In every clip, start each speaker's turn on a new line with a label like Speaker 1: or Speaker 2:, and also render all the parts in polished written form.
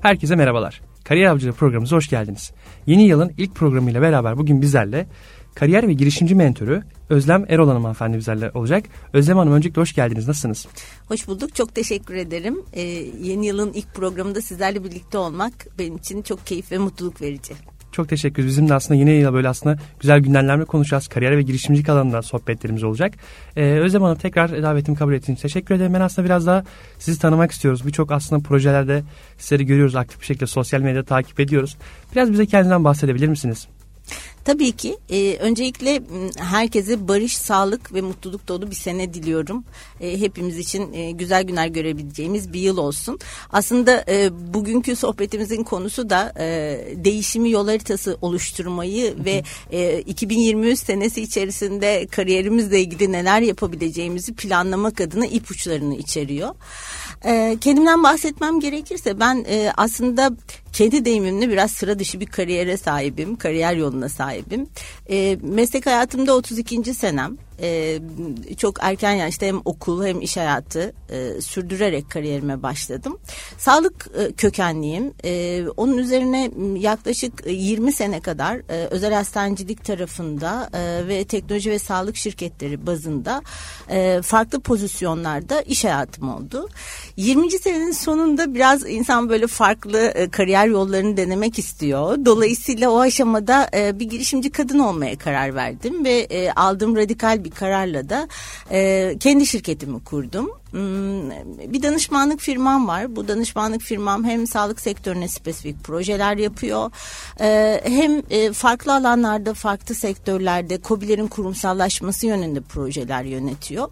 Speaker 1: Herkese merhabalar. Kariyer Avcılığı programımıza hoş geldiniz. Yeni yılın ilk programıyla beraber bugün bizlerle kariyer ve girişimci mentörü Özlem Erol Hanım hanımefendi bizlerle olacak. Özlem Hanım, öncelikle hoş geldiniz. Nasılsınız?
Speaker 2: Hoş bulduk. Çok teşekkür ederim. Yeni yılın ilk programında sizlerle birlikte olmak benim için çok keyif ve mutluluk verici.
Speaker 1: Çok teşekkür ederiz. Bizim de aslında yeni yıla böyle aslında güzel gündemlerle konuşacağız. Kariyer ve girişimcilik alanında sohbetlerimiz olacak. Özlem Hanım, tekrar davetimi kabul ettiğiniz için teşekkür ederim. Ben aslında biraz daha sizi tanımak istiyoruz. Birçok aslında projelerde sizleri görüyoruz. Aktif bir şekilde sosyal medyada takip ediyoruz. Biraz bize kendinizden bahsedebilir misiniz?
Speaker 2: Tabii ki. Öncelikle herkese barış, sağlık ve mutluluk dolu bir sene diliyorum. Hepimiz için güzel günler görebileceğimiz bir yıl olsun. Aslında bugünkü sohbetimizin konusu da değişimi yol haritası oluşturmayı ve 2023 senesi içerisinde kariyerimizle ilgili neler yapabileceğimizi planlamak adına ipuçlarını içeriyor. Kendimden bahsetmem gerekirse ben aslında kendi deyimimle biraz sıra dışı bir kariyere sahibim, kariyer yoluna sahibim. Meslek hayatımda 32. senem. Çok erken yaşta hem okul hem iş hayatı sürdürerek kariyerime başladım. Sağlık kökenliyim. Onun üzerine yaklaşık 20 sene kadar özel hastanecilik tarafında ve teknoloji ve sağlık şirketleri bazında farklı pozisyonlarda iş hayatım oldu. 20. senenin sonunda biraz insan böyle farklı kariyer yollarını denemek istiyor. Dolayısıyla o aşamada bir girişimci kadın olmaya karar verdim ve aldığım radikal bir kararla da kendi şirketimi kurdum. Bir danışmanlık firmam var. Bu danışmanlık firmam hem sağlık sektörüne spesifik projeler yapıyor, hem farklı alanlarda, farklı sektörlerde KOBİ'lerin kurumsallaşması yönünde projeler yönetiyor.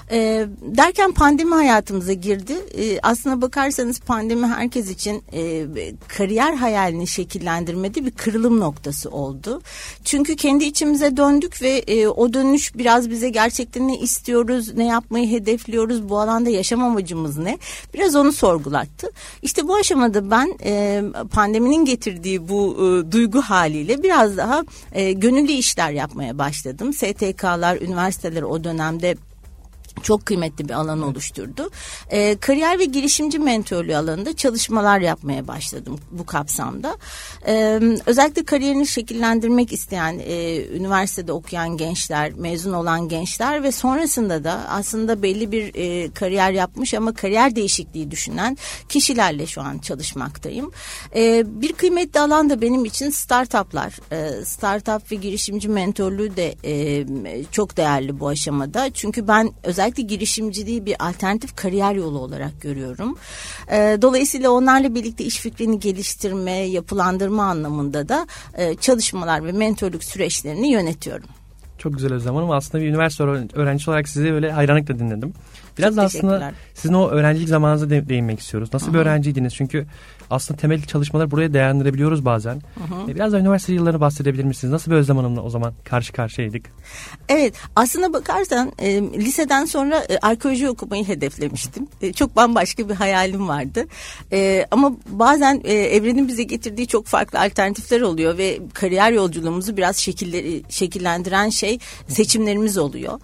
Speaker 2: Derken pandemi hayatımıza girdi. Aslına bakarsanız pandemi herkes için kariyer hayalini şekillendirmede bir kırılım noktası oldu. Çünkü kendi içimize döndük ve o dönüş biraz bize gerçekten ne istiyoruz, ne yapmayı hedefliyoruz, bu alanda yaşam amacımız ne? Biraz onu sorgulattı. İşte bu aşamada ben pandeminin getirdiği bu duygu haliyle biraz daha gönüllü işler yapmaya başladım. STK'lar, üniversiteler o dönemde çok kıymetli bir alan oluşturdu. Kariyer ve girişimci mentörlüğü alanında çalışmalar yapmaya başladım bu kapsamda. Özellikle kariyerini şekillendirmek isteyen, üniversitede okuyan gençler, mezun olan gençler ve sonrasında da aslında belli bir kariyer yapmış ama kariyer değişikliği düşünen kişilerle şu an çalışmaktayım. Bir kıymetli alan da benim için startuplar. Startup ve girişimci mentörlüğü de çok değerli bu aşamada. Çünkü ben özellikle girişimciliği bir alternatif kariyer yolu olarak görüyorum. Dolayısıyla onlarla birlikte iş fikrini geliştirme, yapılandırma anlamında da çalışmalar ve mentörlük süreçlerini yönetiyorum.
Speaker 1: Çok güzel Özlem Hanım. Aslında bir üniversite öğrencisi olarak sizi böyle hayranlıkla dinledim. Biraz da aslında sizin o öğrencilik zamanınıza değinmek istiyoruz. Nasıl bir öğrenciydiniz? Çünkü aslında temel çalışmaları buraya değerlendirebiliyoruz bazen. Biraz da üniversite yıllarını bahsedebilir misiniz? Nasıl bir Özlem Hanım'la o zaman karşı karşıyaydık?
Speaker 2: Evet, aslına bakarsan liseden sonra arkeoloji okumayı hedeflemiştim. Çok bambaşka bir hayalim vardı. Ama bazen evrenin bize getirdiği çok farklı alternatifler oluyor ve kariyer yolculuğumuzu biraz şekillendiren şey seçimlerimiz oluyor.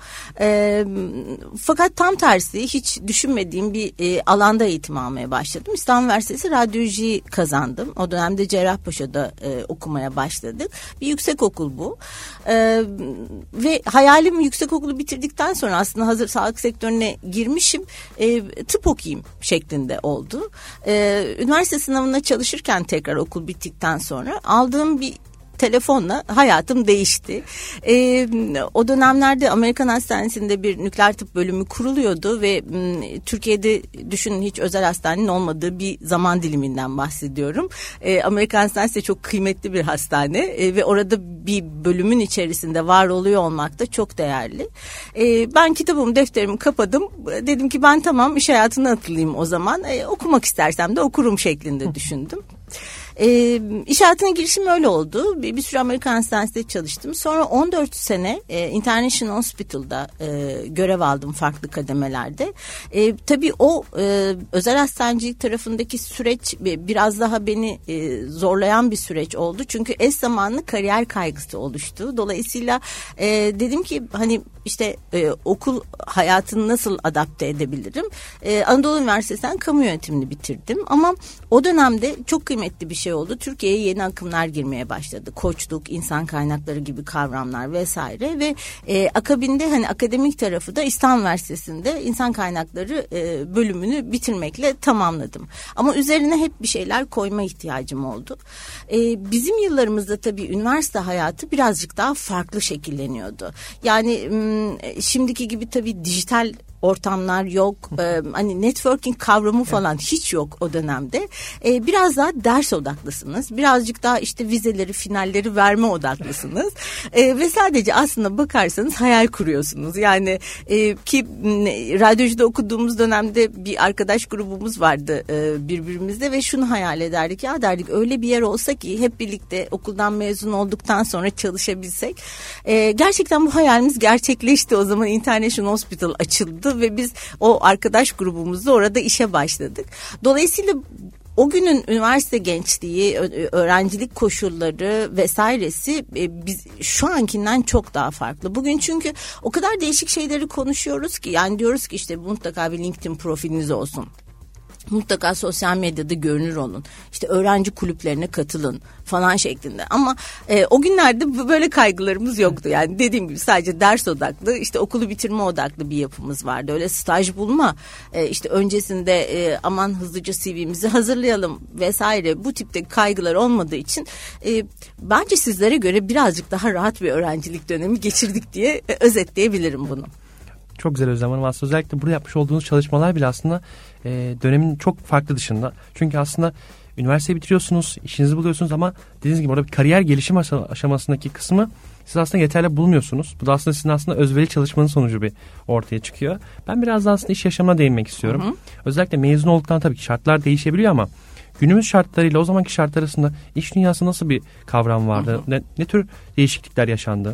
Speaker 2: Fakat tam tersi, hiç düşünmediğim bir alanda eğitim almaya başladım. İstanbul Üniversitesi radyolojiyi kazandım. O dönemde Cerrahpaşa'da okumaya başladık. Bir yüksekokul bu. Ve hayalim yüksekokulu bitirdikten sonra aslında hazır sağlık sektörüne girmişim. Tıp okuyayım şeklinde oldu. Üniversite sınavına çalışırken tekrar okul bittikten sonra aldığım bir telefonla hayatım değişti. O dönemlerde Amerikan Hastanesi'nde bir nükleer tıp bölümü kuruluyordu ve Türkiye'de düşünün hiç özel hastanenin olmadığı bir zaman diliminden bahsediyorum. Amerikan Hastanesi de çok kıymetli bir hastane ve orada bir bölümün içerisinde var oluyor olmak da çok değerli. Ben kitabımı, defterimi kapadım. Dedim ki ben tamam iş hayatına atılayım o zaman. Okumak istersem de okurum şeklinde düşündüm. İş hayatına girişim öyle oldu. Bir süre Amerikan Hastanesi'nde çalıştım. Sonra 14 sene International Hospital'da görev aldım farklı kademelerde. Tabii o özel hastanecilik tarafındaki süreç biraz daha beni zorlayan bir süreç oldu. Çünkü eş zamanlı kariyer kaygısı oluştu. Dolayısıyla dedim ki hani işte okul hayatını nasıl adapte edebilirim? Anadolu Üniversitesi'nden kamu yönetimini bitirdim. Ama o dönemde çok kıymetli bir şey oldu. Türkiye'ye yeni akımlar girmeye başladı. Koçluk, insan kaynakları gibi kavramlar vesaire ve akabinde hani akademik tarafı da İstanbul Üniversitesi'nde insan kaynakları bölümünü bitirmekle tamamladım. Ama üzerine hep bir şeyler koyma ihtiyacım oldu. Bizim yıllarımızda tabii üniversite hayatı birazcık daha farklı şekilleniyordu. Yani şimdiki gibi tabii dijital ortamlar yok. Hani networking kavramı falan hiç yok o dönemde. Biraz daha ders odaklısınız. Birazcık daha işte vizeleri, finalleri verme odaklısınız. Ve sadece aslında bakarsanız hayal kuruyorsunuz. Yani ki radyocuda okuduğumuz dönemde bir arkadaş grubumuz vardı birbirimizde ve şunu hayal ederdik. Ya derdik öyle bir yer olsa ki hep birlikte okuldan mezun olduktan sonra çalışabilsek. Gerçekten bu hayalimiz gerçekleşti. O zaman International Hospital açıldı ve biz o arkadaş grubumuzla orada işe başladık. Dolayısıyla o günün üniversite gençliği, öğrencilik koşulları vesairesi biz şu ankinden çok daha farklı. Bugün çünkü o kadar değişik şeyleri konuşuyoruz ki yani diyoruz ki işte mutlaka bir LinkedIn profiliniz olsun. Mutlaka sosyal medyada görünür olun. İşte öğrenci kulüplerine katılın falan şeklinde. Ama o günlerde böyle kaygılarımız yoktu. Yani dediğim gibi sadece ders odaklı, işte okulu bitirme odaklı bir yapımız vardı. Öyle staj bulma, işte öncesinde aman hızlıca CV'mizi hazırlayalım vesaire bu tipte kaygılar olmadığı için bence sizlere göre birazcık daha rahat bir öğrencilik dönemi geçirdik diye özetleyebilirim bunu.
Speaker 1: Çok güzel Özlem Hanım. Aslında özellikle burada yapmış olduğunuz çalışmalar bile aslında dönemin çok farklı dışında. Çünkü aslında üniversiteyi bitiriyorsunuz, işinizi buluyorsunuz ama dediğiniz gibi orada bir kariyer gelişim aşamasındaki kısmı siz aslında yeterli bulmuyorsunuz. Bu da aslında sizin aslında özveri çalışmanın sonucu bir ortaya çıkıyor. Ben biraz daha aslında iş yaşamına değinmek istiyorum. Hı hı. Özellikle mezun olduktan tabii ki şartlar değişebiliyor ama günümüz şartlarıyla o zamanki şartlar arasında iş dünyası nasıl bir kavram vardı? Hı hı. Ne tür değişiklikler yaşandı?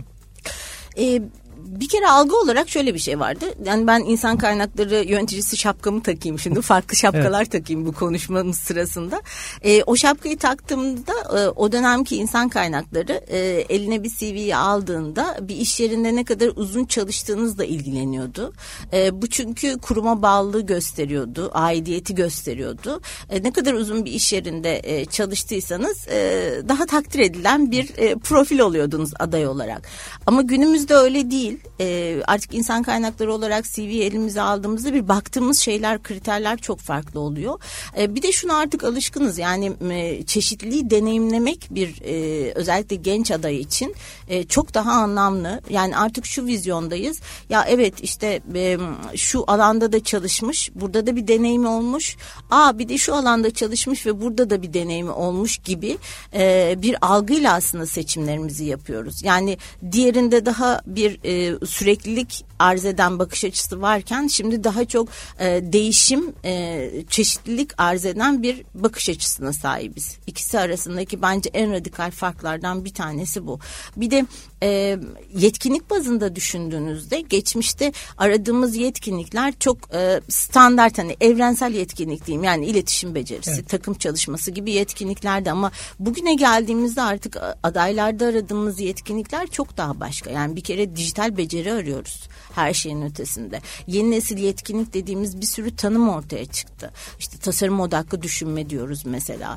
Speaker 2: Bir kere algı olarak şöyle bir şey vardı. Yani ben insan kaynakları yöneticisi şapkamı takayım şimdi. Farklı şapkalar evet. Takayım bu konuşmamız sırasında. O şapkayı taktığımda o dönemki insan kaynakları eline bir CV'yi aldığında bir iş yerinde ne kadar uzun çalıştığınızla ilgileniyordu. Bu çünkü kuruma bağlılığı gösteriyordu. Aidiyeti gösteriyordu. Ne kadar uzun bir iş yerinde çalıştıysanız daha takdir edilen bir profil oluyordunuz aday olarak. Ama günümüzde öyle değil. Artık insan kaynakları olarak CV elimize aldığımızda bir baktığımız şeyler, kriterler çok farklı oluyor. Bir de şuna artık alışkınız. Yani çeşitliliği deneyimlemek bir özellikle genç aday için çok daha anlamlı. Yani artık şu vizyondayız. Ya evet işte şu alanda da çalışmış, burada da bir deneyimi olmuş. Bir de şu alanda çalışmış ve burada da bir deneyimi olmuş gibi bir algıyla aslında seçimlerimizi yapıyoruz. Yani diğerinde daha bir süreklilik arz eden bakış açısı varken şimdi daha çok değişim, çeşitlilik arz eden bir bakış açısına sahibiz. İkisi arasındaki bence en radikal farklardan bir tanesi bu. Bir de yetkinlik bazında düşündüğünüzde geçmişte aradığımız yetkinlikler çok standart, hani evrensel yetkinlik diyeyim, yani iletişim becerisi, evet. Takım çalışması gibi yetkinliklerdi ama bugüne geldiğimizde artık adaylarda aradığımız yetkinlikler çok daha başka. Yani bir kere dijital beceri arıyoruz her şeyin ötesinde. Yeni nesil yetkinlik dediğimiz bir sürü tanım ortaya çıktı. İşte tasarım odaklı düşünme diyoruz mesela.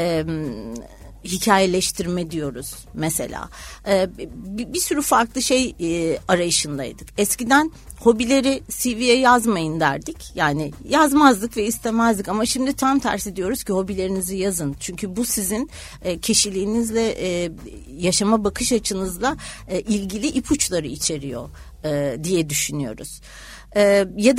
Speaker 2: Hikayeleştirme diyoruz mesela. Bir sürü farklı şey arayışındaydık. Eskiden hobileri CV'ye yazmayın derdik. Yani yazmazdık ve istemezdik ama şimdi tam tersi diyoruz ki hobilerinizi yazın. Çünkü bu sizin kişiliğinizle, yaşama bakış açınızla ilgili ipuçları içeriyor diye düşünüyoruz. Ya da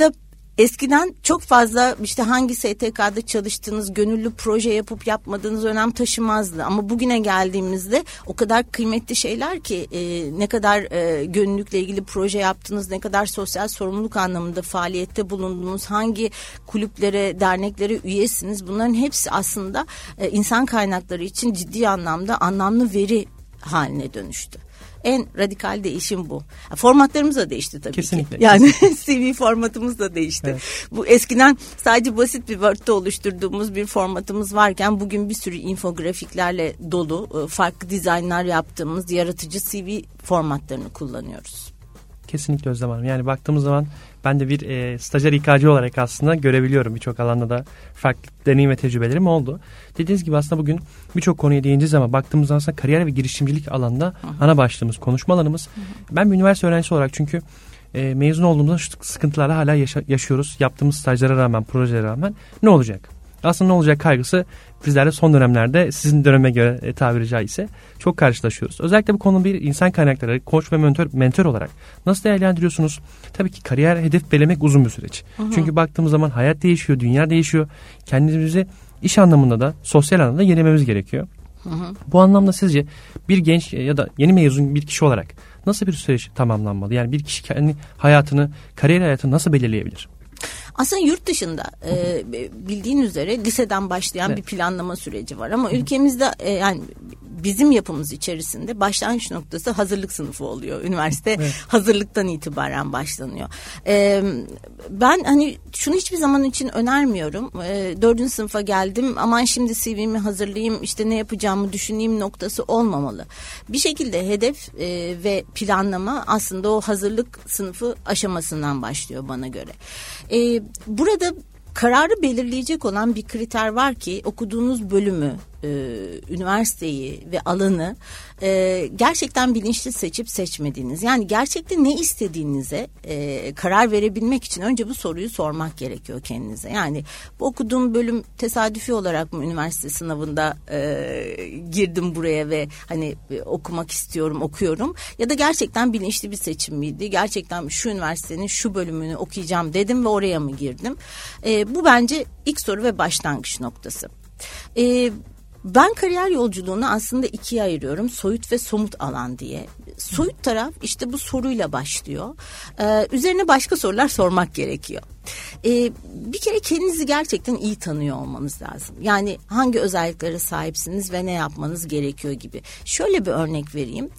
Speaker 2: Eskiden çok fazla işte hangi STK'da çalıştığınız, gönüllü proje yapıp yapmadığınız önem taşımazdı. Ama bugüne geldiğimizde o kadar kıymetli şeyler ki ne kadar gönüllülükle ilgili proje yaptınız, ne kadar sosyal sorumluluk anlamında faaliyette bulundunuz, hangi kulüplere, derneklere üyesiniz, bunların hepsi aslında insan kaynakları için ciddi anlamda anlamlı veri haline dönüştü. En radikal değişim bu. Formatlarımız da değişti tabii
Speaker 1: kesinlikle,
Speaker 2: ki. Yani
Speaker 1: kesinlikle.
Speaker 2: CV formatımız da değişti.
Speaker 1: Evet.
Speaker 2: Bu eskiden sadece basit bir Word'de oluşturduğumuz bir formatımız varken bugün bir sürü infografiklerle dolu, farklı dizaynlar yaptığımız yaratıcı CV formatlarını kullanıyoruz.
Speaker 1: Kesinlikle Özlem Hanım. Yani baktığımız zaman ben de bir stajyer İK'cı olarak aslında görebiliyorum. Birçok alanda da farklı deneyim ve tecrübelerim oldu. Dediğiniz gibi aslında bugün birçok konuya değineceğiz ama baktığımızda aslında kariyer ve girişimcilik alanında ana başlığımız, konuşmalarımız. Ben bir üniversite öğrencisi olarak çünkü mezun olduğumuzda şu sıkıntılarla hala yaşıyoruz. Yaptığımız stajlara rağmen, projelere rağmen ne olacak? Aslında ne olacak kaygısı bizlerle son dönemlerde sizin döneme göre tabiri caizse çok karşılaşıyoruz. Özellikle bu konu bir insan kaynakları, koç ve mentor olarak nasıl değerlendiriyorsunuz? Tabii ki kariyer hedef belirlemek uzun bir süreç. Çünkü baktığımız zaman hayat değişiyor, dünya değişiyor. Kendimizi iş anlamında da sosyal anlamda yenilememiz gerekiyor. Bu anlamda sizce bir genç ya da yeni mezun bir kişi olarak nasıl bir süreç tamamlanmalı? Yani bir kişi kendi hayatını, kariyer hayatını nasıl belirleyebilir?
Speaker 2: Aslında yurt dışında bildiğin üzere liseden başlayan bir planlama süreci var ama ülkemizde yani bizim yapımız içerisinde başlangıç noktası hazırlık sınıfı oluyor. Üniversite hazırlıktan itibaren başlanıyor. Ben hani şunu hiçbir zaman için önermiyorum. 4. sınıfa geldim, aman şimdi CV'mi hazırlayayım, işte ne yapacağımı düşüneyim noktası olmamalı. Bir şekilde hedef ve planlama aslında o hazırlık sınıfı aşamasından başlıyor bana göre. Burada kararı belirleyecek olan bir kriter var ki okuduğunuz bölümü, üniversiteyi ve alanı gerçekten bilinçli seçip seçmediğiniz, yani gerçekten ne istediğinize karar verebilmek için önce bu soruyu sormak gerekiyor kendinize. Yani bu okuduğum bölüm tesadüfi olarak mı üniversite sınavında girdim buraya ve hani okumak istiyorum, okuyorum, ya da gerçekten bilinçli bir seçim miydi? Gerçekten şu üniversitenin şu bölümünü okuyacağım dedim ve oraya mı girdim? Bu bence ilk soru ve başlangıç noktası. Ben kariyer yolculuğunu aslında ikiye ayırıyorum. Soyut ve somut alan diye. Soyut taraf işte bu soruyla başlıyor. Üzerine başka sorular sormak gerekiyor. Bir kere kendinizi gerçekten iyi tanıyor olmanız lazım. Yani hangi özelliklere sahipsiniz ve ne yapmanız gerekiyor gibi. Şöyle bir örnek vereyim.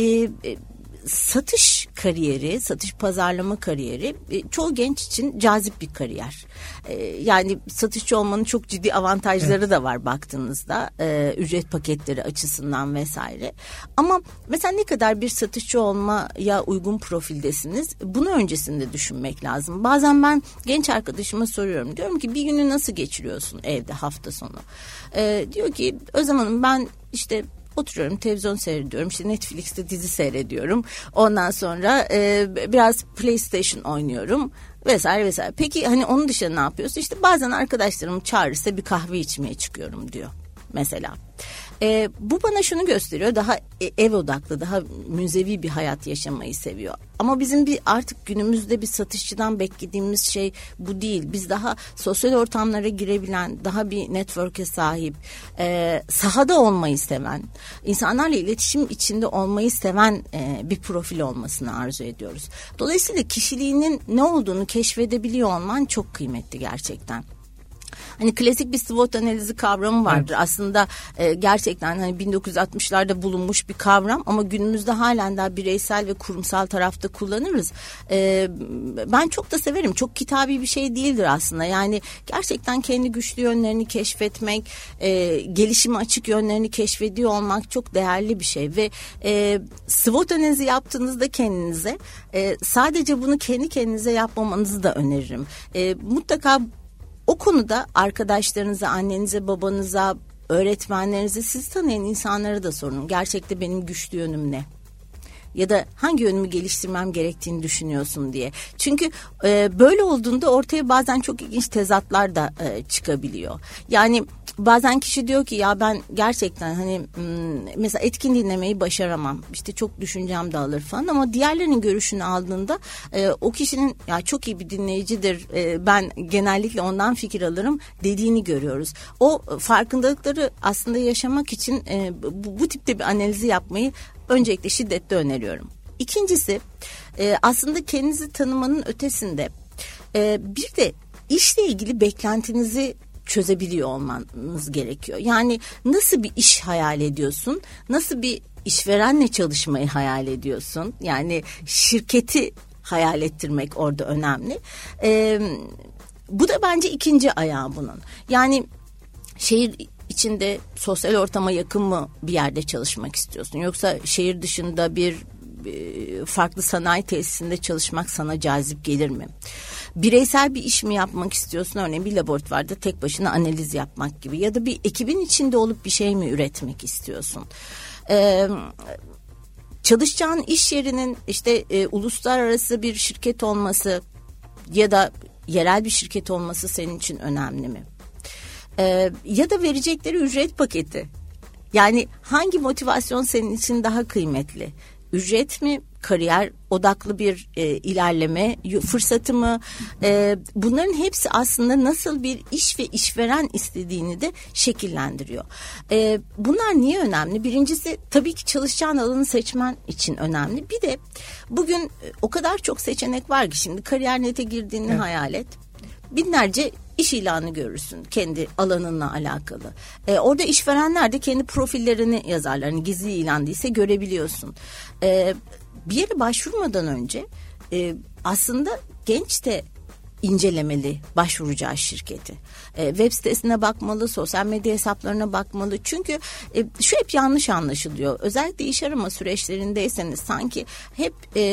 Speaker 2: Satış kariyeri, satış pazarlama kariyeri çoğu genç için cazip bir kariyer. Yani satışçı olmanın çok ciddi avantajları da var baktığınızda, ücret paketleri açısından vesaire. Ama mesela ne kadar bir satışçı olmaya uygun profildesiniz, bunu öncesinde düşünmek lazım. Bazen ben genç arkadaşıma soruyorum, diyorum ki bir günü nasıl geçiriyorsun evde hafta sonu? Diyor ki Özlem Hanım, ben işte oturuyorum, televizyon seyrediyorum, işte Netflix'te dizi seyrediyorum. Ondan sonra biraz PlayStation oynuyorum vesaire vesaire. Peki hani onun dışında ne yapıyorsun? İşte bazen arkadaşlarım çağırırsa bir kahve içmeye çıkıyorum diyor mesela. Bu bana şunu gösteriyor, daha ev odaklı, daha münzevi bir hayat yaşamayı seviyor. Ama bizim artık günümüzde bir satışçıdan beklediğimiz şey bu değil. Biz daha sosyal ortamlara girebilen, daha bir network'e sahip, sahada olmayı seven, insanlarla iletişim içinde olmayı seven bir profil olmasını arzu ediyoruz. Dolayısıyla kişiliğinin ne olduğunu keşfedebiliyor olman çok kıymetli gerçekten. Hani klasik bir SWOT analizi kavramı vardır. Evet. Aslında gerçekten hani 1960'larda bulunmuş bir kavram ama günümüzde halen daha bireysel ve kurumsal tarafta kullanırız. Ben çok da severim. Çok kitabi bir şey değildir aslında. Yani gerçekten kendi güçlü yönlerini keşfetmek, gelişime açık yönlerini keşfediyor olmak çok değerli bir şey ve SWOT analizi yaptığınızda kendinize sadece bunu kendi kendinize yapmamanızı da öneririm. Mutlaka o konuda arkadaşlarınıza, annenize, babanıza, öğretmenlerinize, sizi tanıyan insanlara da sorun. Gerçekte benim güçlü yönüm ne? Ya da hangi yönümü geliştirmem gerektiğini düşünüyorsun diye. Çünkü böyle olduğunda ortaya bazen çok ilginç tezatlar da çıkabiliyor. Yani bazen kişi diyor ki ya ben gerçekten hani mesela etkin dinlemeyi başaramam. İşte çok düşüncem dağılır falan, ama diğerlerinin görüşünü aldığında o kişinin ya çok iyi bir dinleyicidir, ben genellikle ondan fikir alırım dediğini görüyoruz. O farkındalıkları aslında yaşamak için bu tipte bir analizi yapmayı öncelikle şiddetle öneriyorum. İkincisi aslında kendinizi tanımanın ötesinde bir de işle ilgili beklentinizi çözebiliyor olmanız gerekiyor. Yani nasıl bir iş hayal ediyorsun? Nasıl bir işverenle çalışmayı hayal ediyorsun? Yani şirketi hayal ettirmek orada önemli. Bu da bence ikinci ayağı bunun. Yani şehir içinde sosyal ortama yakın mı bir yerde çalışmak istiyorsun? Yoksa şehir dışında bir farklı sanayi tesisinde çalışmak sana cazip gelir mi? Bireysel bir iş mi yapmak istiyorsun? Örneğin bir laboratuvarda tek başına analiz yapmak gibi, ya da bir ekibin içinde olup bir şey mi üretmek istiyorsun? Çalışacağın iş yerinin işte uluslararası bir şirket olması ya da yerel bir şirket olması senin için önemli mi? Ya da verecekleri ücret paketi. Yani hangi motivasyon senin için daha kıymetli? Ücret mi, kariyer odaklı bir ilerleme fırsatı mı? Bunların hepsi aslında nasıl bir iş ve işveren istediğini de şekillendiriyor. Bunlar niye önemli? Birincisi tabii ki çalışacağın alanı seçmen için önemli. Bir de bugün o kadar çok seçenek var ki, şimdi Kariyer.net'e girdiğini hayal et. Binlerce iş ilanı görürsün kendi alanınla alakalı. Orada işverenler de kendi profillerini yazarlar. Yani gizli ilan değilse görebiliyorsun. Bir yere başvurmadan önce aslında genç de incelemeli başvuracağı şirketi. Web sitesine bakmalı, sosyal medya hesaplarına bakmalı. Çünkü şu hep yanlış anlaşılıyor. Özellikle iş arama süreçlerindeyseniz sanki hep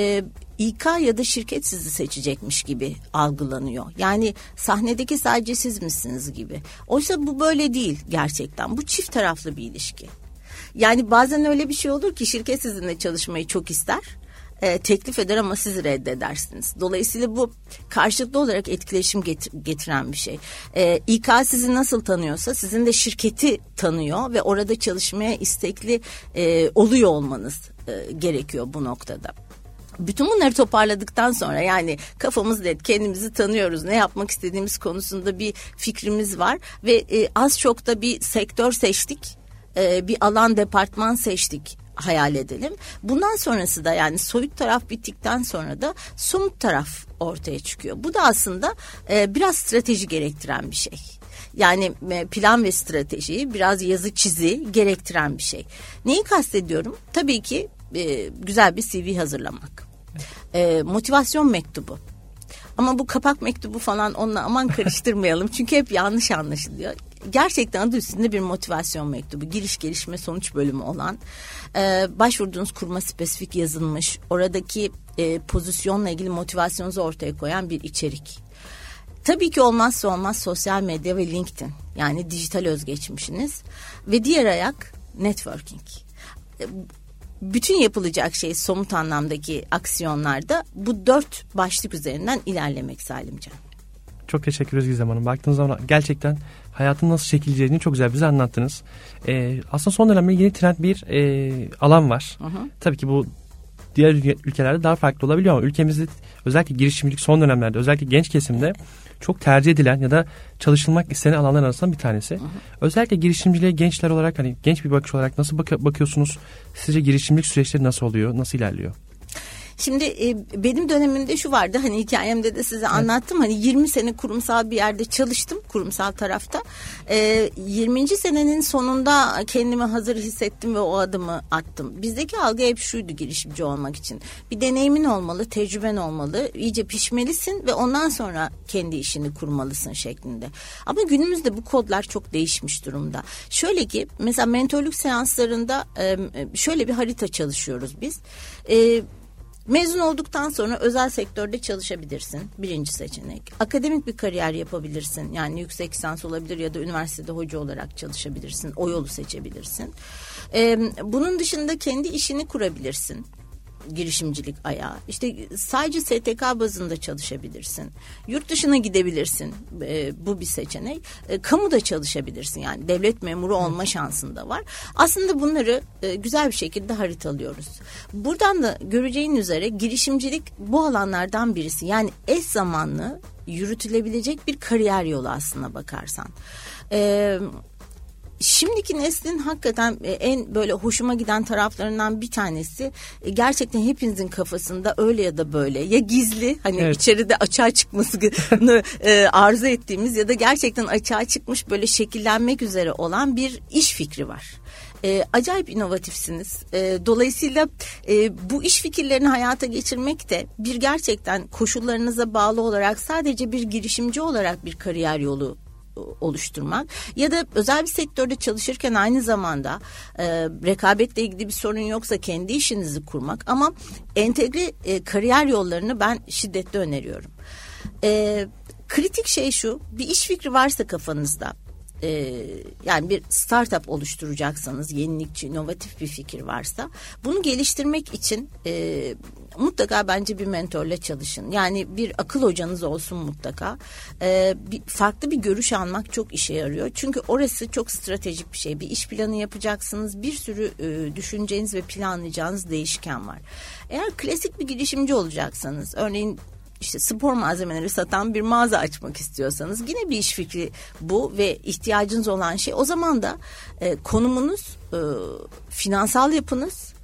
Speaker 2: İK ya da şirket sizi seçecekmiş gibi algılanıyor. Yani sahnedeki sadece siz misiniz gibi. Oysa bu böyle değil gerçekten. Bu çift taraflı bir ilişki. Yani bazen öyle bir şey olur ki şirket sizinle çalışmayı çok ister. Teklif eder ama siz reddedersiniz. Dolayısıyla bu karşılıklı olarak etkileşim getiren bir şey. İK sizi nasıl tanıyorsa sizin de şirketi tanıyor ve orada çalışmaya istekli oluyor olmanız gerekiyor bu noktada. Bütün bunları toparladıktan sonra, yani kafamız net, kendimizi tanıyoruz, ne yapmak istediğimiz konusunda bir fikrimiz var ve az çok da bir sektör seçtik, bir alan, departman seçtik, hayal edelim. Bundan sonrası da, yani soyut taraf bittikten sonra da somut taraf ortaya çıkıyor. Bu da aslında biraz strateji gerektiren bir şey. Yani plan ve stratejiyi biraz yazı çizi gerektiren bir şey. Neyi kastediyorum? Tabii ki güzel bir CV hazırlamak. Motivasyon mektubu. Ama bu kapak mektubu falan, onunla aman karıştırmayalım. Çünkü hep yanlış anlaşılıyor. Gerçekten adı üstünde bir motivasyon mektubu. Giriş, gelişme, sonuç bölümü olan. Başvurduğunuz kuruma spesifik yazılmış. Oradaki pozisyonla ilgili motivasyonunuzu ortaya koyan bir içerik. Tabii ki olmazsa olmaz sosyal medya ve LinkedIn. Yani dijital özgeçmişiniz. Ve diğer ayak networking. Bütün yapılacak şey somut anlamdaki aksiyonlarda bu 4 başlık üzerinden ilerlemek Salimcan.
Speaker 1: Çok teşekkür ederiz Gizem Hanım. Baktığınız zaman gerçekten hayatın nasıl şekilleneceğini çok güzel bize anlattınız. Aslında son dönemde yeni trend bir alan var. Tabii ki bu diğer ülkelerde daha farklı olabiliyor ama ülkemizde özellikle girişimcilik son dönemlerde, özellikle genç kesimde çok tercih edilen ya da çalışılmak istenen alanlar arasından bir tanesi. Özellikle girişimciliğe gençler olarak, hani genç bir bakış olarak nasıl bakıyorsunuz? Sizce girişimcilik süreçleri nasıl oluyor? Nasıl ilerliyor?
Speaker 2: Şimdi benim dönemimde şu vardı, hani hikayemde de size anlattım, hani 20 sene kurumsal bir yerde çalıştım, kurumsal tarafta. 20. senenin sonunda kendimi hazır hissettim ve o adımı attım. Bizdeki algı hep şuydu girişimci olmak için: bir deneyimin olmalı, tecrüben olmalı, iyice pişmelisin ve ondan sonra kendi işini kurmalısın şeklinde. Ama günümüzde bu kodlar çok değişmiş durumda. Şöyle ki mesela mentorluk seanslarında şöyle bir harita çalışıyoruz biz. Mezun olduktan sonra özel sektörde çalışabilirsin. Birinci seçenek. Akademik bir kariyer yapabilirsin. Yani yüksek lisans olabilir ya da üniversitede hoca olarak çalışabilirsin. O yolu seçebilirsin. Bunun dışında kendi işini kurabilirsin. girişimcilik ayağı. İşte sadece STK bazında çalışabilirsin. Yurt dışına gidebilirsin. Bu bir seçenek. Kamuda çalışabilirsin. Yani devlet memuru olma şansın da var. Aslında bunları güzel bir şekilde haritalıyoruz. Buradan da göreceğin üzere girişimcilik bu alanlardan birisi. Yani eş zamanlı yürütülebilecek bir kariyer yolu aslına bakarsan. Şimdiki neslin hakikaten en böyle hoşuma giden taraflarından bir tanesi gerçekten hepinizin kafasında öyle ya da böyle ya gizli hani içeride açığa çıkmasını arzu ettiğimiz ya da gerçekten açığa çıkmış böyle şekillenmek üzere olan bir iş fikri var. Acayip inovatifsiniz. Dolayısıyla bu iş fikirlerini hayata geçirmek de bir gerçekten koşullarınıza bağlı olarak sadece bir girişimci olarak bir kariyer yolu oluşturmak ya da özel bir sektörde çalışırken aynı zamanda rekabetle ilgili bir sorun yoksa kendi işinizi kurmak ama entegre kariyer yollarını ben şiddetle öneriyorum. Kritik şey şu, bir iş fikri varsa kafanızda, yani bir startup oluşturacaksanız, yenilikçi, inovatif bir fikir varsa bunu geliştirmek için mutlaka bence bir mentorla çalışın. Yani bir akıl hocanız olsun mutlaka. Farklı bir görüş almak çok işe yarıyor. Çünkü orası çok stratejik bir şey. Bir iş planı yapacaksınız. Bir sürü düşüneceğiniz ve planlayacağınız değişken var. Eğer klasik bir girişimci olacaksanız, örneğin İşte spor malzemeleri satan bir mağaza açmak istiyorsanız yine bir iş fikri bu ve ihtiyacınız olan şey. O zaman da konumunuz, finansal yapınız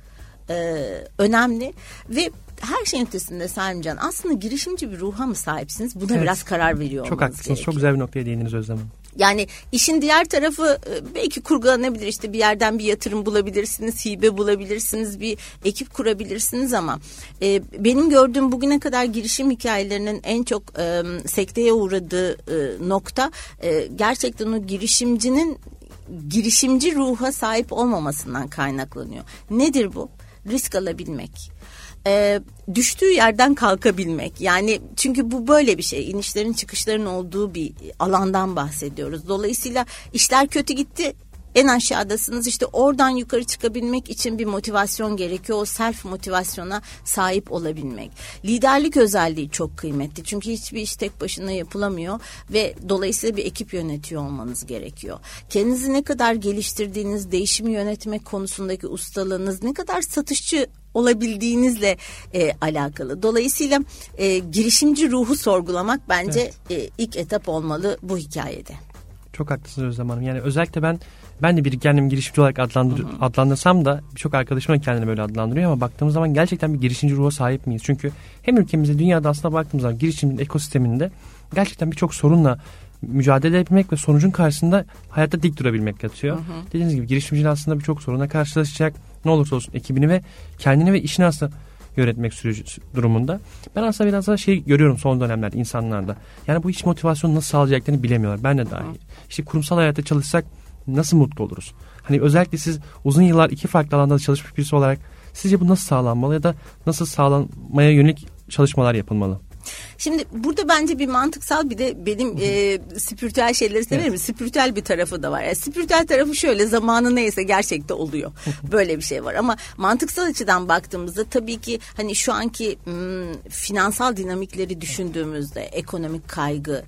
Speaker 2: önemli ve her şeyin ötesinde Salimcan aslında girişimci bir ruha mı sahipsiniz? Buna biraz karar veriyor olmanız
Speaker 1: çok haklısınız.
Speaker 2: Gerekiyor.
Speaker 1: Çok güzel bir noktaya değindiniz Özlem Hanım.
Speaker 2: Yani işin diğer tarafı belki kurgulanabilir, işte bir yerden bir yatırım bulabilirsiniz, hibe bulabilirsiniz, bir ekip kurabilirsiniz ama benim gördüğüm bugüne kadar girişim hikayelerinin en çok sekteye uğradığı nokta gerçekten o girişimcinin girişimci ruha sahip olmamasından kaynaklanıyor. Nedir bu? Risk alabilmek. Düştüğü yerden kalkabilmek. Yani çünkü bu böyle bir şey. İnişlerin çıkışların olduğu bir alandan bahsediyoruz. Dolayısıyla işler kötü gitti. En aşağıdasınız, işte oradan yukarı çıkabilmek için bir motivasyon gerekiyor. O self motivasyona sahip olabilmek. Liderlik özelliği çok kıymetli. Çünkü hiçbir iş tek başına yapılamıyor ve dolayısıyla bir ekip yönetiyor olmanız gerekiyor. Kendinizi ne kadar geliştirdiğiniz, değişimi yönetmek konusundaki ustalığınız, ne kadar satışçı olabildiğinizle alakalı. Dolayısıyla girişimci ruhu sorgulamak bence ilk etap olmalı bu hikayede.
Speaker 1: Çok haklısınız Özlem Hanım. Yani özellikle ben de bir kendimi girişimci olarak adlandırsam da birçok arkadaşım da kendini böyle adlandırıyor ama baktığımız zaman gerçekten bir girişimci ruha sahip miyiz? Çünkü hem ülkemizde, dünyada aslında baktığımız zaman girişimin ekosisteminde gerçekten birçok sorunla mücadele etmek ve sonucun karşısında hayatta dik durabilmek yatıyor. Dediğiniz gibi girişimciler aslında birçok soruna karşılaşacak. Ne olursa olsun ekibini ve kendini ve işini aslında yönetmek süreci durumunda. Ben aslında biraz daha görüyorum son dönemlerde insanlarda. Yani bu iç motivasyonu nasıl sağlayacaklarını bilemiyorlar. Ben de dahil. İşte kurumsal hayatta çalışsak nasıl mutlu oluruz? Hani özellikle siz uzun yıllar iki farklı alanda çalışmış birisi olarak sizce bu nasıl sağlanmalı ya da nasıl sağlanmaya yönelik çalışmalar yapılmalı?
Speaker 2: Şimdi burada bence bir mantıksal bir de benim spiritüel şeyleri severim. Evet. Spiritüel bir tarafı da var. Yani spiritüel tarafı şöyle, zamanı neyse gerçekte oluyor. Böyle bir şey var ama mantıksal açıdan baktığımızda tabii ki hani şu anki finansal dinamikleri düşündüğümüzde ekonomik kaygı,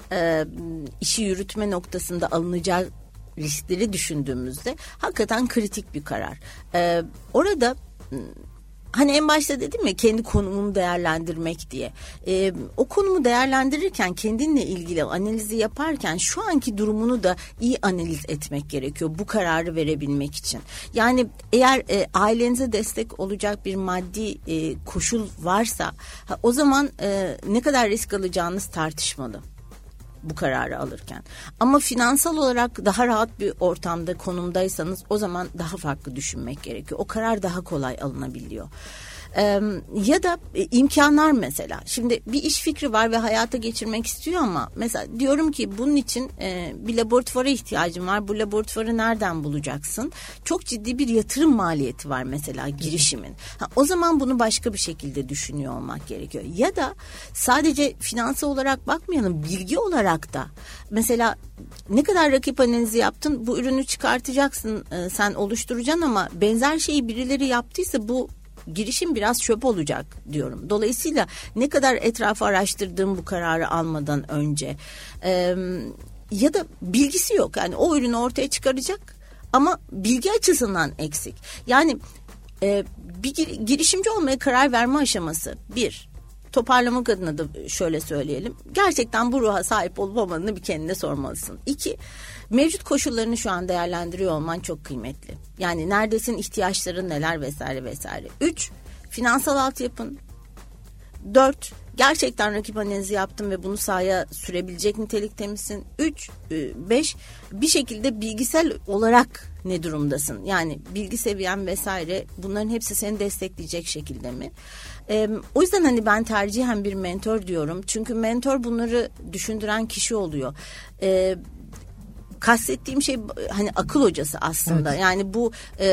Speaker 2: işi yürütme noktasında alınacağı riskleri düşündüğümüzde hakikaten kritik bir karar. Orada hani en başta dedim ya, kendi konumumu değerlendirmek diye. O konumu değerlendirirken, kendinle ilgili analizi yaparken şu anki durumunu da iyi analiz etmek gerekiyor bu kararı verebilmek için. Yani eğer ailenize destek olacak bir maddi koşul varsa o zaman ne kadar risk alacağınız tartışmalı bu kararı alırken. Ama finansal olarak daha rahat bir ortamda, konumdaysanız o zaman daha farklı düşünmek gerekiyor. O karar daha kolay alınabiliyor. Ya da imkanlar mesela. Şimdi bir iş fikri var ve hayata geçirmek istiyor ama mesela diyorum ki bunun için bir laboratuvara ihtiyacım var. Bu laboratuvarı nereden bulacaksın? Çok ciddi bir yatırım maliyeti var mesela girişimin. O zaman bunu başka bir şekilde düşünüyor olmak gerekiyor. Ya da sadece finansal olarak bakmayalım, bilgi olarak da. Mesela ne kadar rakip analizi yaptın, bu ürünü çıkartacaksın, sen oluşturacaksın ama benzer şeyi birileri yaptıysa bu girişim biraz çöp olacak diyorum. Dolayısıyla ne kadar etrafı araştırdığım bu kararı almadan önce ya da bilgisi yok. Yani o ürünü ortaya çıkaracak ama bilgi açısından eksik. Yani bir girişimci olmaya karar verme aşaması bir. Toparlamak adına da şöyle söyleyelim. Gerçekten bu ruha sahip olup olmadığını bir kendine sormalısın. 2. Mevcut koşullarını şu an değerlendiriyor olman çok kıymetli. Yani neredesin, ihtiyaçların neler vesaire vesaire. 3. Finansal altyapın. 4. Gerçekten rakip analizi yaptın ve bunu sahaya sürebilecek nitelikte misin? 5. Bir şekilde bilgisel olarak ne durumdasın? Yani bilgi seviyen vesaire, bunların hepsi seni destekleyecek şekilde mi? O yüzden hani ben tercihen bir mentor diyorum. Çünkü mentor bunları düşündüren kişi oluyor. Kastettiğim şey hani akıl hocası aslında. Evet. Yani bu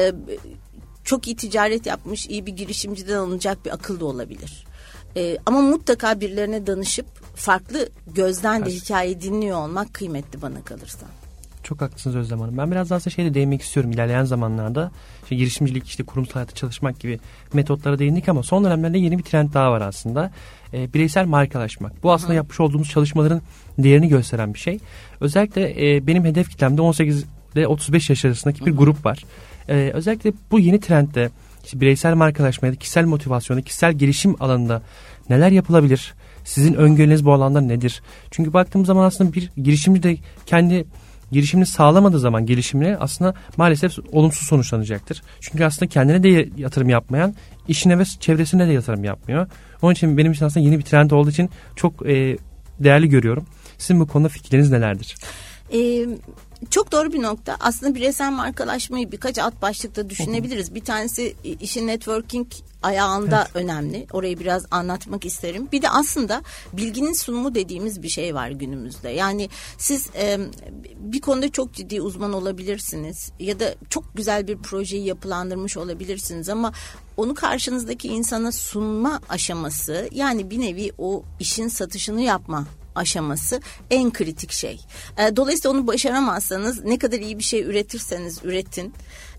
Speaker 2: çok iyi ticaret yapmış, iyi bir girişimciden alınacak bir akıl da olabilir. Ama mutlaka birilerine danışıp farklı gözden de hikayeyi dinliyor olmak kıymetli bana kalırsa.
Speaker 1: Çok haklısınız Özlem Hanım. Ben biraz daha size değinmek istiyorum ilerleyen zamanlarda. İşte girişimcilik, kurumsal hayatta çalışmak gibi metotlara değindik ama son dönemlerde yeni bir trend daha var aslında. Bireysel markalaşmak. Bu aslında yapmış olduğumuz çalışmaların değerini gösteren bir şey. Özellikle benim hedef kitlemde 18 ile 35 yaş arasındaki bir grup var. Özellikle bu yeni trendde işte bireysel markalaşma ya da kişisel motivasyonu, kişisel gelişim alanında neler yapılabilir? Sizin öngörünüz bu alanda nedir? Çünkü baktığımız zaman aslında bir girişimci de kendi girişimini sağlamadığı zaman gelişimine aslında maalesef olumsuz sonuçlanacaktır. Çünkü aslında kendine de yatırım yapmayan, işine ve çevresine de yatırım yapmıyor. Onun için benim için aslında yeni bir trend olduğu için çok değerli görüyorum. Sizin bu konuda fikirleriniz nelerdir?
Speaker 2: Çok doğru bir nokta. Aslında bireysel markalaşmayı birkaç alt başlıkta düşünebiliriz. Bir tanesi işin networking ayağında önemli. Orayı biraz anlatmak isterim. Bir de aslında bilginin sunumu dediğimiz bir şey var günümüzde. Yani siz bir konuda çok ciddi uzman olabilirsiniz ya da çok güzel bir projeyi yapılandırmış olabilirsiniz ama onu karşınızdaki insana sunma aşaması, yani bir nevi o işin satışını yapma aşaması en kritik şey. Dolayısıyla onu başaramazsanız ne kadar iyi bir şey üretirseniz üretin,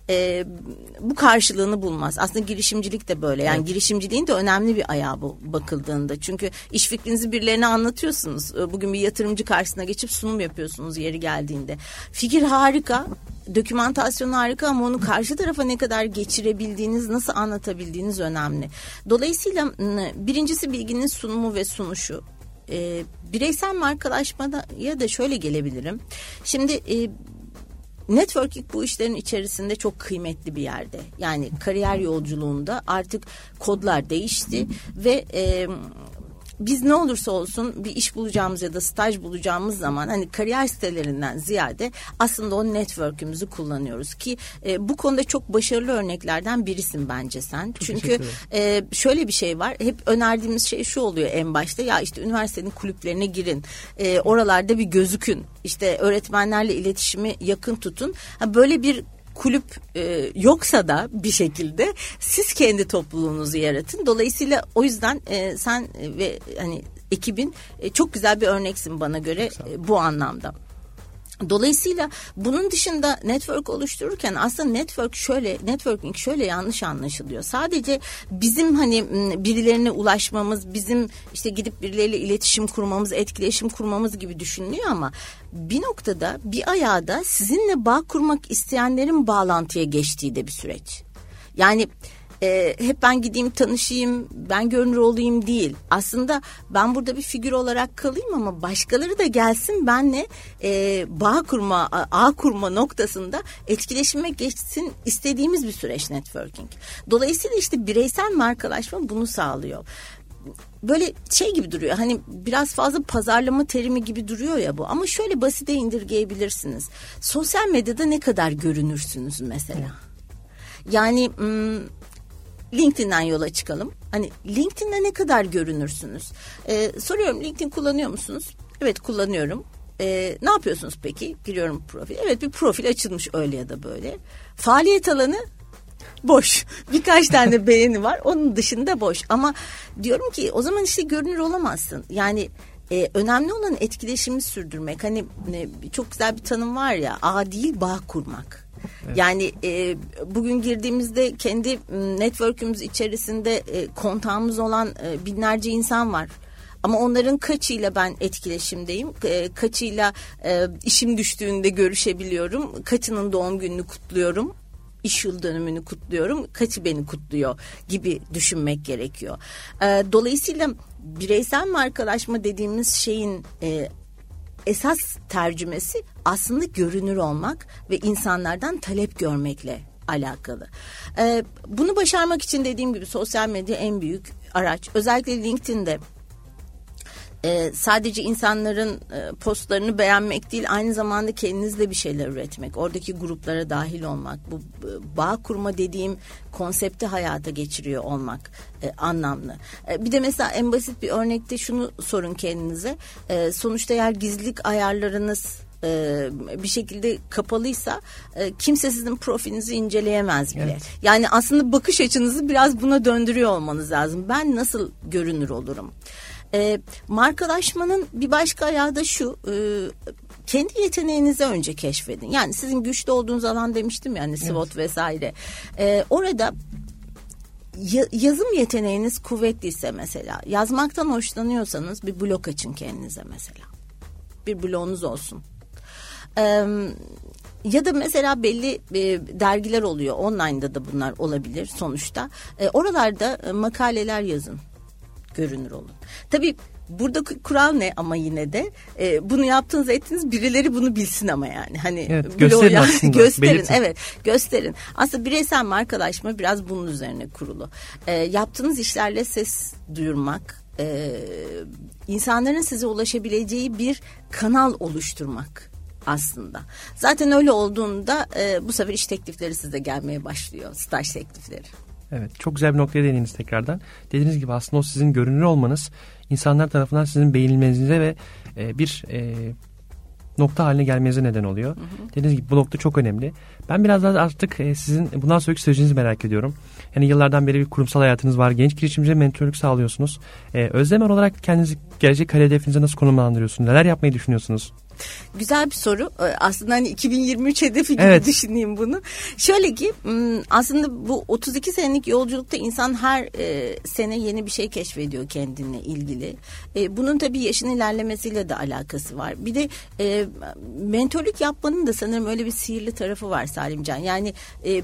Speaker 2: bu karşılığını bulmaz. Aslında girişimcilik de böyle. Yani girişimciliğin de önemli bir ayağı bu bakıldığında. Çünkü iş fikrinizi birilerine anlatıyorsunuz. Bugün bir yatırımcı karşısına geçip sunum yapıyorsunuz yeri geldiğinde. Fikir harika, dokümantasyon harika ama onu karşı tarafa ne kadar geçirebildiğiniz, nasıl anlatabildiğiniz önemli. Dolayısıyla birincisi bilginin sunumu ve sunuşu. Bireysel markalaşmada ya da şöyle gelebilirim. Şimdi networking bu işlerin içerisinde çok kıymetli bir yerde. Yani kariyer yolculuğunda artık kodlar değişti ve biz ne olursa olsun bir iş bulacağımız ya da staj bulacağımız zaman hani kariyer sitelerinden ziyade aslında o network'ümüzü kullanıyoruz ki bu konuda çok başarılı örneklerden birisin bence sen. Çok çünkü şöyle bir şey var. Hep önerdiğimiz şey şu oluyor en başta. Ya işte üniversitenin kulüplerine girin. Oralarda bir gözükün. İşte öğretmenlerle iletişimi yakın tutun. Böyle bir kulüp yoksa da bir şekilde siz kendi topluluğunuzu yaratın. Dolayısıyla o yüzden sen ve hani ekibin çok güzel bir örneksin bana göre bu anlamda. Dolayısıyla bunun dışında network oluştururken aslında networking şöyle yanlış anlaşılıyor. Sadece bizim hani birilerine ulaşmamız, bizim işte gidip birileriyle iletişim kurmamız, etkileşim kurmamız gibi düşünülüyor ama bir noktada bir ayağı da sizinle bağ kurmak isteyenlerin bağlantıya geçtiği de bir süreç. Yani hep ben gideyim tanışayım, ben görünür olayım değil. Aslında ben burada bir figür olarak kalayım ama başkaları da gelsin benle ağ kurma noktasında etkileşime geçsin istediğimiz bir süreç networking. Dolayısıyla işte bireysel markalaşma bunu sağlıyor. Böyle şey gibi duruyor, hani biraz fazla pazarlama terimi gibi duruyor ya bu, ama şöyle basite indirgeyebilirsiniz. Sosyal medyada ne kadar görünürsünüz mesela? Yani LinkedIn'den yola çıkalım. Hani LinkedIn'de ne kadar görünürsünüz? Soruyorum, LinkedIn kullanıyor musunuz? Evet, kullanıyorum. Ne yapıyorsunuz peki? Giriyorum profil. Evet, bir profil açılmış öyle ya da böyle. Faaliyet alanı boş. Birkaç tane beğeni var. Onun dışında boş. Ama diyorum ki o zaman işte görünür olamazsın. Yani önemli olan etkileşimi sürdürmek. Hani çok güzel bir tanım var ya, ağ değil bağ kurmak. Evet. Yani bugün girdiğimizde kendi network'ümüz içerisinde kontağımız olan binlerce insan var. Ama onların kaçıyla ben etkileşimdeyim, kaçıyla işim düştüğünde görüşebiliyorum, kaçının doğum gününü kutluyorum, iş yıl dönümünü kutluyorum, kaçı beni kutluyor gibi düşünmek gerekiyor. Dolayısıyla bireysel markalaşma dediğimiz şeyin esas tercümesi aslında görünür olmak ve insanlardan talep görmekle alakalı. Bunu başarmak için dediğim gibi sosyal medya en büyük araç. Özellikle LinkedIn'de sadece insanların postlarını beğenmek değil, aynı zamanda kendinizle bir şeyler üretmek, oradaki gruplara dahil olmak, bu bağ kurma dediğim konsepti hayata geçiriyor olmak anlamlı. Bir de mesela en basit bir örnekte şunu sorun kendinize, sonuçta eğer gizlilik ayarlarınız bir şekilde kapalıysa kimse sizin profilinizi inceleyemez bile. Evet. Yani aslında bakış açınızı biraz buna döndürüyor olmanız lazım. Ben nasıl görünür olurum? Markalaşmanın bir başka ayağı da şu, kendi yeteneğinizi önce keşfedin. Yani sizin güçlü olduğunuz alan demiştim yani SWOT evet. vesaire. Orada yazım yeteneğiniz kuvvetliyse mesela, yazmaktan hoşlanıyorsanız bir blog açın kendinize mesela. Bir blogunuz olsun. Ya da mesela belli dergiler oluyor. Online'da da bunlar olabilir sonuçta. Oralarda makaleler yazın. Görünür olun. Tabii burada kural ne ama yine de bunu yaptığınız ettiniz birileri bunu bilsin ama yani. Hani
Speaker 1: evet, gösterin aslında.
Speaker 2: Gösterin.
Speaker 1: Belirtin.
Speaker 2: Evet, gösterin. Aslında bireysel markalaşma biraz bunun üzerine kurulu. Yaptığınız işlerle ses duyurmak, insanların size ulaşabileceği bir kanal oluşturmak aslında. Zaten öyle olduğunda bu sefer iş teklifleri size gelmeye başlıyor. Staj teklifleri.
Speaker 1: Evet, çok güzel bir noktaya değindiniz tekrardan. Dediğiniz gibi aslında o sizin görünür olmanız insanlar tarafından sizin beğenilmenize ve bir nokta haline gelmenize neden oluyor. Hı hı. Dediğiniz gibi bu nokta çok önemli. Ben biraz daha artık sizin bundan sonraki sürecinizi merak ediyorum. Yani yıllardan beri bir kurumsal hayatınız var. Genç girişimcilere mentorluk sağlıyorsunuz. Özlem olarak kendinizi gelecek kariyer hedefinize nasıl konumlandırıyorsunuz? Neler yapmayı düşünüyorsunuz?
Speaker 2: Güzel bir soru. Aslında hani 2023 hedefi gibi
Speaker 1: evet.
Speaker 2: düşüneyim bunu. Şöyle ki aslında bu 32 senelik yolculukta insan her sene yeni bir şey keşfediyor kendine ilgili. Bunun tabii yaşın ilerlemesiyle de alakası var. Bir de mentorluk yapmanın da sanırım öyle bir sihirli tarafı var Salimcan. Yani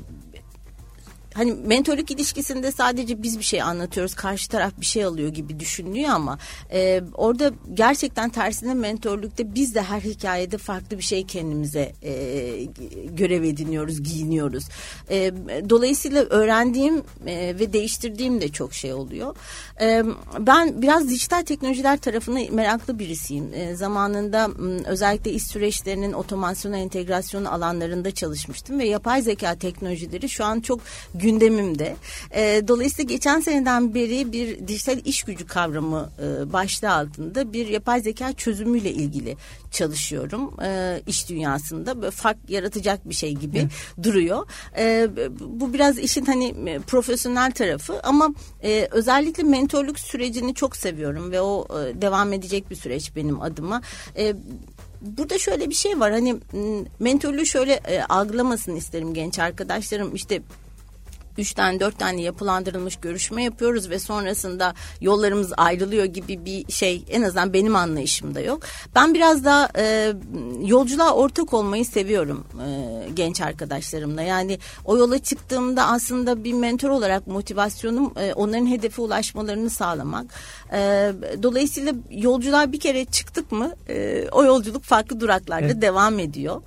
Speaker 2: hani mentorluk ilişkisinde sadece biz bir şey anlatıyoruz, karşı taraf bir şey alıyor gibi düşünülüyor ama orada gerçekten tersine mentorlukta biz de her hikayede farklı bir şey kendimize görev ediniyoruz, giyiniyoruz. Dolayısıyla öğrendiğim ve değiştirdiğim de çok şey oluyor. Ben biraz dijital teknolojiler tarafına meraklı birisiyim. Zamanında özellikle iş süreçlerinin otomasyonu, entegrasyonu alanlarında çalışmıştım ve yapay zeka teknolojileri şu an çok gündemimde. Dolayısıyla geçen seneden beri bir dijital iş gücü kavramı başlığı altında bir yapay zeka çözümüyle ilgili çalışıyorum. İş dünyasında böyle fark yaratacak bir şey gibi duruyor. Bu biraz işin hani profesyonel tarafı ama özellikle mentorluk sürecini çok seviyorum ve o devam edecek bir süreç benim adıma. Burada şöyle bir şey var, hani mentorluğu şöyle algılamasını isterim genç arkadaşlarım. İşte 3 tane 4 tane yapılandırılmış görüşme yapıyoruz ve sonrasında yollarımız ayrılıyor gibi bir şey en azından benim anlayışımda yok. Ben biraz daha yolculuğa ortak olmayı seviyorum genç arkadaşlarımla. Yani o yola çıktığımda aslında bir mentor olarak motivasyonum onların hedefe ulaşmalarını sağlamak. Dolayısıyla yolculuğa bir kere çıktık mı o yolculuk farklı duraklarda devam ediyor.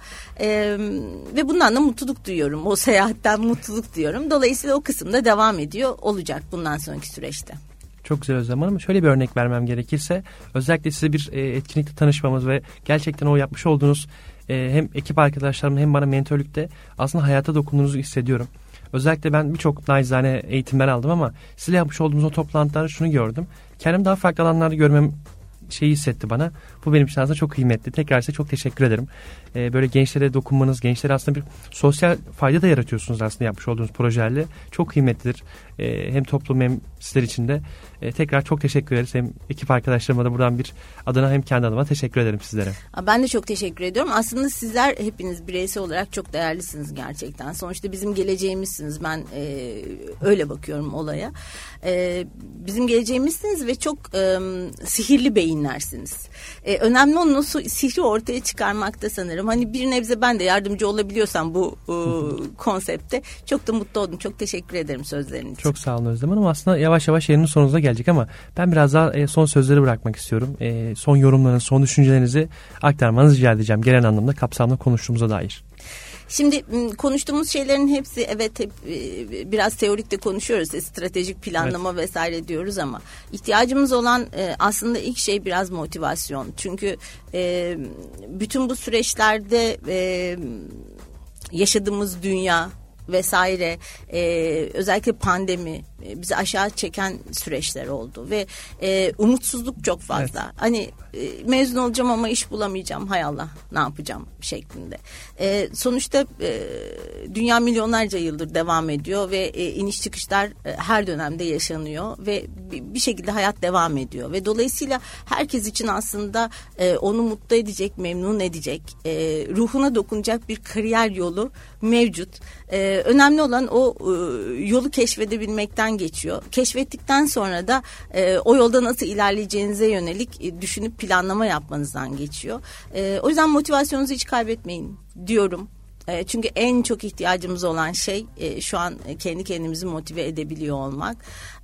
Speaker 2: Ve bundan da mutluluk duyuyorum. O seyahatten mutluluk duyuyorum. Dolayısıyla o kısımda devam ediyor olacak bundan sonraki süreçte.
Speaker 1: Çok güzel Özlem Hanım. Şöyle bir örnek vermem gerekirse özellikle size bir etkinlikte tanışmamız ve gerçekten o yapmış olduğunuz hem ekip arkadaşlarımın hem bana mentorlukta aslında hayata dokunduğunuzu hissediyorum. Özellikle ben birçok nacizane eğitimler aldım ama sizle yapmış olduğumuz o toplantılarda şunu gördüm. Kendimi daha farklı alanlarda görmem şeyi hissetti bana. Bu benim için aslında çok kıymetli. Tekrar size çok teşekkür ederim. Böyle gençlere dokunmanız, gençlere aslında bir sosyal fayda da yaratıyorsunuz aslında yapmış olduğunuz projelerle. Çok kıymetlidir. hem toplum hem sizler için de tekrar çok teşekkür ederiz. Hem ekip arkadaşlarıma da buradan bir adına hem kendi adıma teşekkür ederim sizlere.
Speaker 2: Ben de çok teşekkür ediyorum. Aslında sizler hepiniz bireysel olarak çok değerlisiniz gerçekten. Sonuçta bizim geleceğimizsiniz. Ben öyle bakıyorum olaya. Bizim geleceğimizsiniz ve çok sihirli beyinlersiniz. Önemli olan o sihri ortaya çıkarmakta sanırım. Hani bir nebze ben de yardımcı olabiliyorsam bu konsepte çok da mutlu oldum. Çok teşekkür ederim sözlerin için.
Speaker 1: Çok sağ olun Özlem Hanım. Aslında yavaş yavaş yayının sonuna gelecek ama ben biraz daha son sözleri bırakmak istiyorum. Son yorumlarınızı, son düşüncelerinizi aktarmanızı rica edeceğim. Genel anlamda kapsamlı konuştuğumuza dair.
Speaker 2: Şimdi konuştuğumuz şeylerin hepsi evet hep biraz teorikte konuşuyoruz. Stratejik planlama vesaire diyoruz ama ihtiyacımız olan aslında ilk şey biraz motivasyon. Çünkü bütün bu süreçlerde yaşadığımız dünya vesaire özellikle pandemi bizi aşağı çeken süreçler oldu ve umutsuzluk çok fazla. Evet. Hani mezun olacağım ama iş bulamayacağım. Hay Allah ne yapacağım şeklinde. Sonuçta dünya milyonlarca yıldır devam ediyor ve iniş çıkışlar her dönemde yaşanıyor ve bir şekilde hayat devam ediyor ve dolayısıyla herkes için aslında onu mutlu edecek, memnun edecek, ruhuna dokunacak bir kariyer yolu mevcut. Önemli olan o yolu keşfedebilmekten geçiyor. Keşfettikten sonra da o yolda nasıl ilerleyeceğinize yönelik düşünüp planlama yapmanızdan geçiyor. O yüzden motivasyonunuzu hiç kaybetmeyin diyorum. Çünkü en çok ihtiyacımız olan şey şu an kendi kendimizi motive edebiliyor olmak.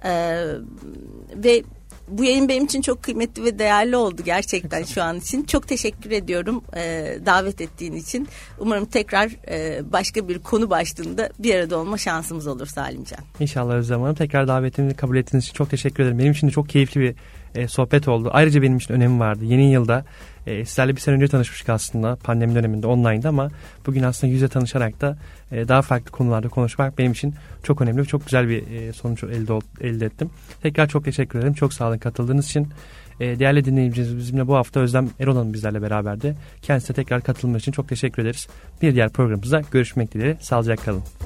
Speaker 2: Ve bu yayın benim için çok kıymetli ve değerli oldu gerçekten şu an için. Çok teşekkür ediyorum davet ettiğin için. Umarım tekrar başka bir konu başlığında bir arada olma şansımız olur Salimcan.
Speaker 1: İnşallah Özlem Hanım. Tekrar davetimi kabul ettiğiniz için çok teşekkür ederim. Benim için de çok keyifli bir sohbet oldu. Ayrıca benim için önemi vardı. Yeni yılda sizlerle bir sene önce tanışmıştık aslında pandemi döneminde online'da ama bugün aslında yüzle tanışarak da daha farklı konularda konuşmak benim için çok önemli ve çok güzel bir sonuç elde ettim. Tekrar çok teşekkür ederim. Çok sağ olun katıldığınız için. Değerli dinleyicimiz bizimle bu hafta Özlem Erol Hanım bizlerle beraberdi. Kendisine tekrar katılmak için çok teşekkür ederiz. Bir diğer programımızda görüşmek dileğiyle. Sağlıcakla kalın.